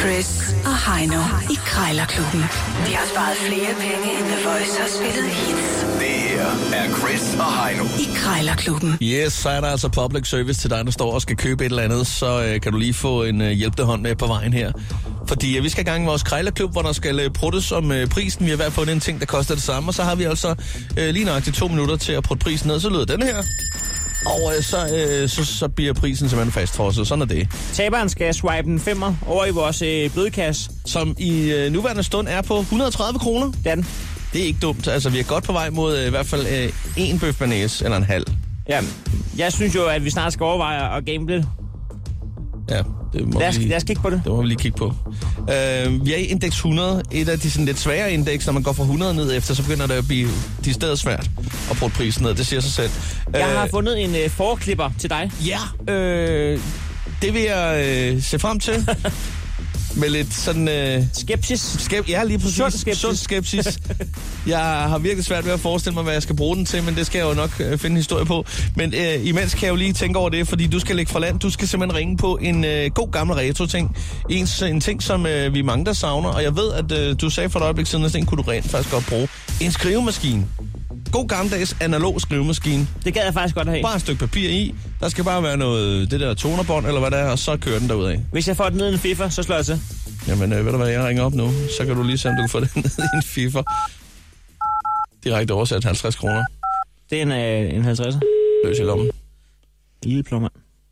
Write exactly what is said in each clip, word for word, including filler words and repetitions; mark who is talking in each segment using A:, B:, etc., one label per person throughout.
A: Chris og Heino i Krejlerklubben. De har sparet flere penge, end The Voice har spillet hits.
B: Det her er Chris og Heino
A: i Krejlerklubben.
C: Yes, så er der altså public service til dig, der står og skal købe et eller andet, så øh, kan du lige få en øh, hjælpende hånd med på vejen her. Fordi øh, vi skal i gang med vores Krejlerklub, hvor der skal øh, pruttes om øh, prisen. Vi har været på en ting, der koster det samme, og så har vi altså øh, lige nok de to minutter til at prutte prisen ned. Så lyder den her. Og øh, så, øh, så, så bliver prisen simpelthen fastfrosset. Sådan er det.
D: Taberen skal swipe en femmer over i vores øh, bødekasse.
C: Som i øh, nuværende stund er på et hundrede og tredive kroner.
D: Den.
C: Det er ikke dumt. Altså, vi er godt på vej mod øh, i hvert fald øh, en bøf banæs, eller en halv.
D: Ja, jeg synes jo, at vi snart skal overveje at gamble.
C: Ja, det må
D: lad, os,
C: vi,
D: lad os kigge på det.
C: Det må vi lige kigge på. Uh, vi er i indeks hundrede. Et af de sådan lidt svære indeks, når man går fra hundrede ned efter, så begynder det at blive de steder svært at putte prisen ned. Det siger sig selv.
D: Jeg
C: uh,
D: har fundet en uh, forklipper til dig.
C: Ja, uh, det vil jeg uh, se frem til. Med lidt sådan... Øh,
D: skepsis.
C: Skep- ja, lige præcis.
D: Sund skepsis.
C: Sund skepsis. Jeg har virkelig svært ved at forestille mig, hvad jeg skal bruge den til, men det skal jeg jo nok øh, finde en historie på. Men øh, imens kan jeg jo lige tænke over det, fordi du skal lægge for land. Du skal simpelthen ringe på en øh, god gammel retro-ting. En, en ting, som øh, vi mange, der savner. Og jeg ved, at øh, du sagde for et øjeblik siden, at den kunne du rent faktisk godt bruge. En skrivemaskine. God gammeldags analog skrivemaskine.
D: Det gad jeg faktisk godt have.
C: Bare et stykke papir i. Der skal bare være noget, det der tonerbånd, eller hvad det er, og så kører den derudad.
D: Hvis jeg får den ned i en FIFA, så slår jeg til.
C: Jamen, øh, ved du hvad, jeg ringer op nu. Så kan du lige se, om du kan få det ned i en FIFA. Direkte oversat halvtreds kroner.
D: Det er en, øh, en halvtredser.
C: Løs i lommen.
D: En lille plummer.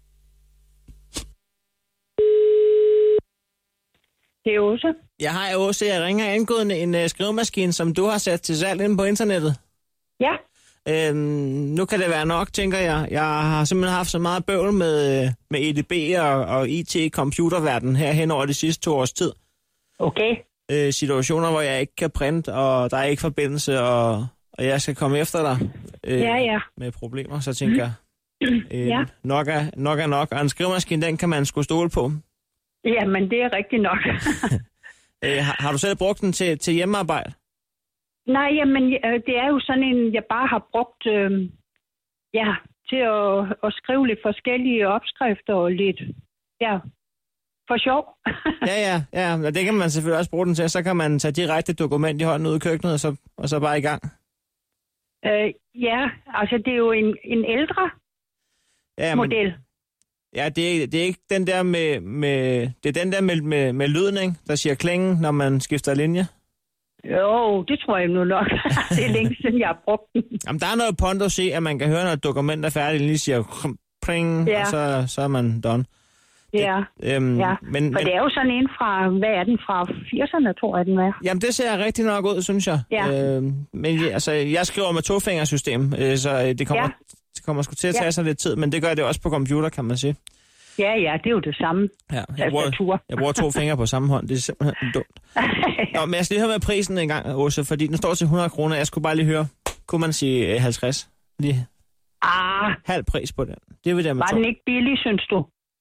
E: Det er Åse.
D: Jeg har Åse, jeg ringer angående en uh, skrivemaskine, som du har sat til salg inde på internettet.
E: Ja.
D: Øhm, nu kan det være nok, tænker jeg. Jeg har simpelthen haft så meget bøvl med, med E D B og, og I T i computerverdenen her hen over de sidste to års tid.
E: Okay.
D: Øh, situationer, hvor jeg ikke kan printe, og der er ikke forbindelse, og, og jeg skal komme efter dig øh,
E: ja, ja.
D: med problemer, så tænker jeg, øh,
E: ja.
D: nok, er, nok er nok. Og en skrivemaskine, den kan man sgu stole på.
E: Jamen, det er rigtigt nok.
D: øh, har, har du selv brugt den til, til hjemmearbejde?
E: Nej, jamen, det er jo sådan en, jeg bare har brugt øh, ja, til at, at skrive lidt forskellige opskrifter og lidt, ja, for sjov.
D: ja, ja, ja, og det kan man selvfølgelig også bruge den til. Så kan man tage direkte dokument i hånden ud i køkkenet, og så, og så bare i gang.
E: Øh, ja, altså det er jo en, en ældre ja, model. Men,
D: ja, det er, det er ikke den der med, med, det er den der med, med, med lyden, ikke? Der siger klingen, når man skifter linje.
E: Jo, det tror jeg nu nok. Det er længe siden, jeg har brugt den.
D: Jamen, der er noget pondus i, at man kan høre, når et dokument er færdigt, lige siger pring, ja. Og så, så er man done.
E: Ja,
D: det, øhm,
E: ja.
D: Men,
E: for
D: men,
E: det er jo sådan en fra, hvad er den fra firserne, tror jeg, den er.
D: Jamen, det ser rigtig nok ud, synes jeg.
E: Ja.
D: Øhm, men altså, jeg skriver med tofingersystem, øh, så det kommer, ja. det kommer sgu til at tage ja. sig lidt tid, men det gør det også på computer, kan man sige.
E: Ja, ja, det er jo det samme.
D: Ja, jeg, bruger, jeg bruger to fingre på samme hånd. Det er simpelthen dumt. Nå, men jeg skal lige høre med prisen en gang, Åse, fordi den står til hundrede kroner. Jeg skulle bare lige høre, kunne man sige halvtreds? Lige
E: ah,
D: halv pris på den. Det vil jeg med
E: var
D: to.
E: den ikke billig, synes du?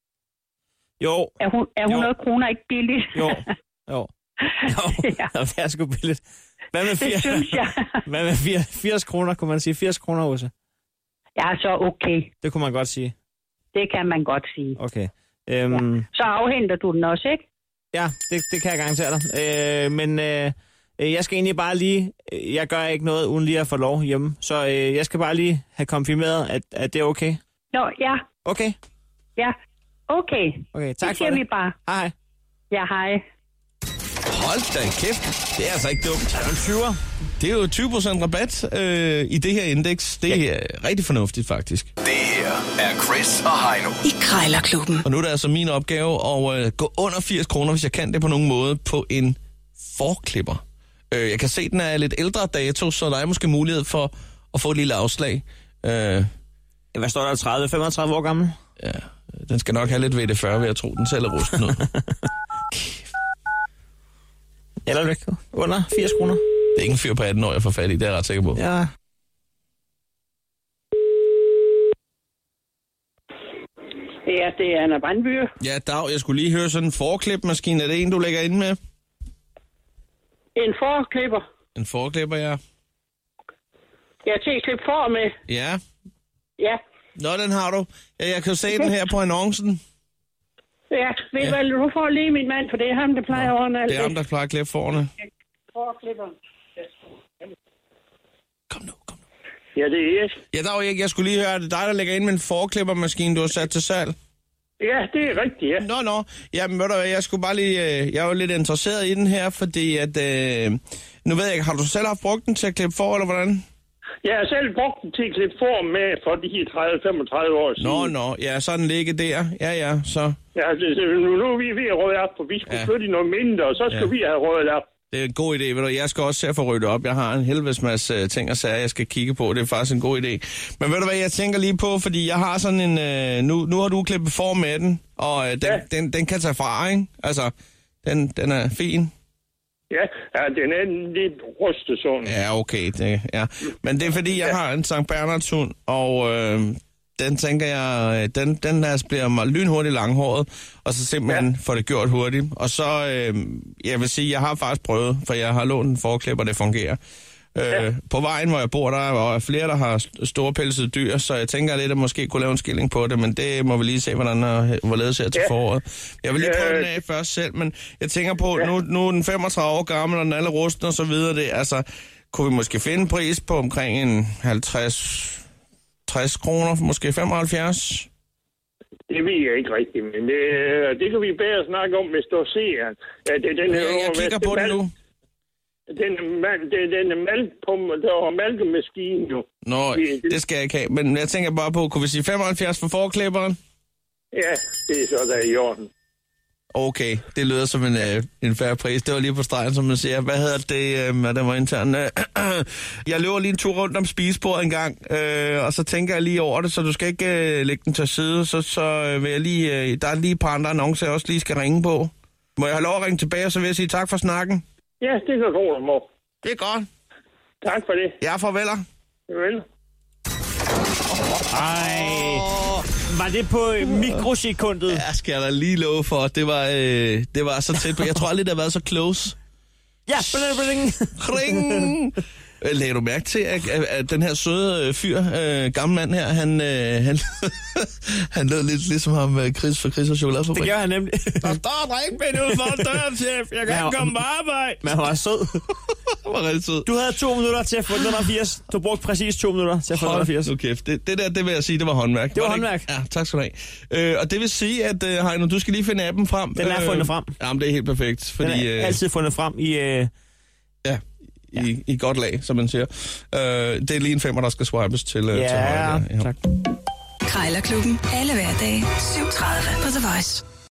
D: Jo.
E: Er, hun, er hundrede kroner ikke billigt?
D: Jo, jo. Jo, ja. Det er sgu billigt. Hvad med firs,
E: det synes jeg.
D: Hvad med firs kroner, kunne man sige? firs kroner, Åse?
E: Ja, så okay.
D: Det kunne man godt sige.
E: Det kan man godt sige.
D: Okay. Øhm,
E: ja. Så afhenter du den også, ikke?
D: Ja, det, det kan jeg garantere dig. Øh, men øh, jeg skal egentlig bare lige... Jeg gør ikke noget uden lige at få lov hjemme. Så øh, jeg skal bare lige have konfirmeret, at, at det er okay.
E: Nå, ja.
D: Okay.
E: Ja, okay.
D: Okay, tak
E: det
D: for det.
E: vi bare.
D: Hej.
E: Ja, hej.
C: Hold da kæft. Det er altså ikke dumt.
D: Det er en tyver.
C: Det er jo tyve procent rabat øh, i det her indeks. Det er ja. rigtig fornuftigt, faktisk.
B: Det her er Chris og Heino
A: i Krejlerklubben.
C: Og nu er det altså min opgave at øh, gå under firs kroner, hvis jeg kan det på nogen måde, på en forklipper. Øh, jeg kan se, at den er lidt ældre dato, så der er måske mulighed for at få et lille afslag. Øh,
D: Hvad står der? tredive til femogtredive år gammel?
C: Ja, den skal nok have lidt V D fyrre, ved at tro, den selv er rusten ud.
D: Eller ikke? Under firs kroner?
C: Det er ikke en fyr på atten år, jeg får fat i, det er jeg ret sikker på.
D: Ja.
E: Ja, det er Anna Brandby.
C: Ja, Dag, jeg skulle lige høre sådan en forklipmaskine. Er det en, du lægger inde med?
E: En forklipper?
C: En forklipper, ja.
E: Ja, til at klippe for med.
C: Ja.
E: Ja.
C: Nå, den har du. Ja, jeg kan jo se okay. den her på annoncen.
F: Ja, ved du hvad, du får lige min mand, for det er ham, der plejer at ordne alt
C: Det er ham, der plejer at klippe forerne.
F: Forklipperen.
C: Kom nu, kom nu.
F: Ja, det er Erik.
C: Ja, der var ikke. Jeg skulle lige høre, det er dig, der lægger ind med en forklippermaskine, du har sat til salg.
F: Ja, det er rigtigt, ja.
C: Nå, nå. Jamen, ved du hvad, jeg skulle bare lige... Øh, jeg er jo lidt interesseret i den her, fordi at... Øh, nu ved jeg ikke, har du selv haft brugt den til at klippe for, eller hvordan?
F: Jeg har selv brugt den til at klippe form med for de her tredive til femogtredive år siden.
C: Nå, nå. Ja, så den ligger der. Ja, ja, så...
F: Ja, det, nu, nu er vi ved at rydde op, for vi skulle ja. flytte i noget mindre, og så skal ja. vi have ryddet op.
C: Det er en god idé, ved du. Jeg skal også se at få ryddet op. Jeg har en helvedes masse ting og sager, jeg skal kigge på. Det er faktisk en god idé. Men ved du hvad, jeg tænker lige på, fordi jeg har sådan en... Øh, nu, nu har du klippet form med den, og øh, den, ja. den, den kan tage fra, ikke? Altså, den, den er fin.
F: Ja, ja, den er lidt rustet sådan.
C: Ja, okay. Det, ja. Men det er fordi, jeg har en Sankt Bernhards hund, og øh, den tænker jeg, den, den der bliver lynhurtigt langhåret, og så simpelthen ja. får det gjort hurtigt. Og så, øh, jeg vil sige, jeg har faktisk prøvet, for jeg har lånt en forklipper, det fungerer. Ja. Øh, på vejen, hvor jeg bor, der er flere, der har store pelsede dyr, så jeg tænker lidt, at måske kunne lave en skilling på det, men det må vi lige se, hvordan der hvorledes her til ja. foråret. Jeg vil lige prøve den af først selv, men jeg tænker på, ja. nu, nu er den femogtredive år gammel, og den er alle rusten og så videre. Det, altså, kunne vi måske finde en pris på omkring en halvtreds tres kroner, måske femoghalvfjerds?
F: Det ved jeg ikke rigtigt, men det, det kan vi bedre snakke om, hvis du ser. Ja, det, den
C: ja, jeg kigger på den nu.
F: Den er, den er mælkepumpe, der var mælkemaskine jo.
C: Nå, det skal jeg ikke have. Men jeg tænker bare på, kunne vi sige femoghalvfjerds for forklipperen?
F: Ja, det er så der i orden.
C: Okay, det lyder som en, øh, en fair pris. Det var lige på stregen, som man siger. Hvad hedder det, øh, der var intern? Jeg løber lige en tur rundt om spisebordet en gang, øh, og så tænker jeg lige over det, så du skal ikke øh, lægge den til side. Så, så øh, vil jeg lige, øh, der er lige et par andre annoncer, jeg også lige skal ringe på. Må jeg have lov at ringe tilbage, og så vil jeg sige tak for snakken?
F: Ja, det kan gå, mor.
C: Det er godt.
F: Tak for det.
C: Ja, farveler.
F: Farvel.
D: Ej, var det på mikrosekundet?
C: Ja, skal jeg da lige love for. Det var, øh, det var så tæt på. Jeg tror aldrig, det har været så close.
D: Ja, bling,
C: bling. Lagde du mærke til, at, at, at den her søde fyr, øh, gamle mand her, han, øh, han, han lød lidt ligesom ham, øh, Chris fra Chris og Chokoladefabrik.
D: Det gør han nemlig.
C: Der står drinkbind ud for døren, chef. Jeg kan ikke komme på arbejde.
D: Men han var sød.
C: Han var rigtig sød.
D: Du havde to minutter til at få nul firs. Du brugte præcis to minutter til at få nul firs.
C: Hold nu kæft. Det, det der, det vil jeg sige, det var håndværk.
D: Det var, var håndværk.
C: Det? Ja, tak skal du have. Øh, og det vil sige, at, øh, Heino, du skal lige finde appen frem.
D: Den er øh, fundet frem.
C: Jamen, det er helt perfekt. Fordi,
D: den er
C: øh,
D: altid fundet frem i... Øh,
C: ja. I, ja. i godt lag, som man siger. Uh, det er lige en femmer, der skal swipes til, uh,
D: ja,
C: til højre.
D: Ja, tak.
A: Krejlerklubben. Alle hverdage. syv tredive på The Voice.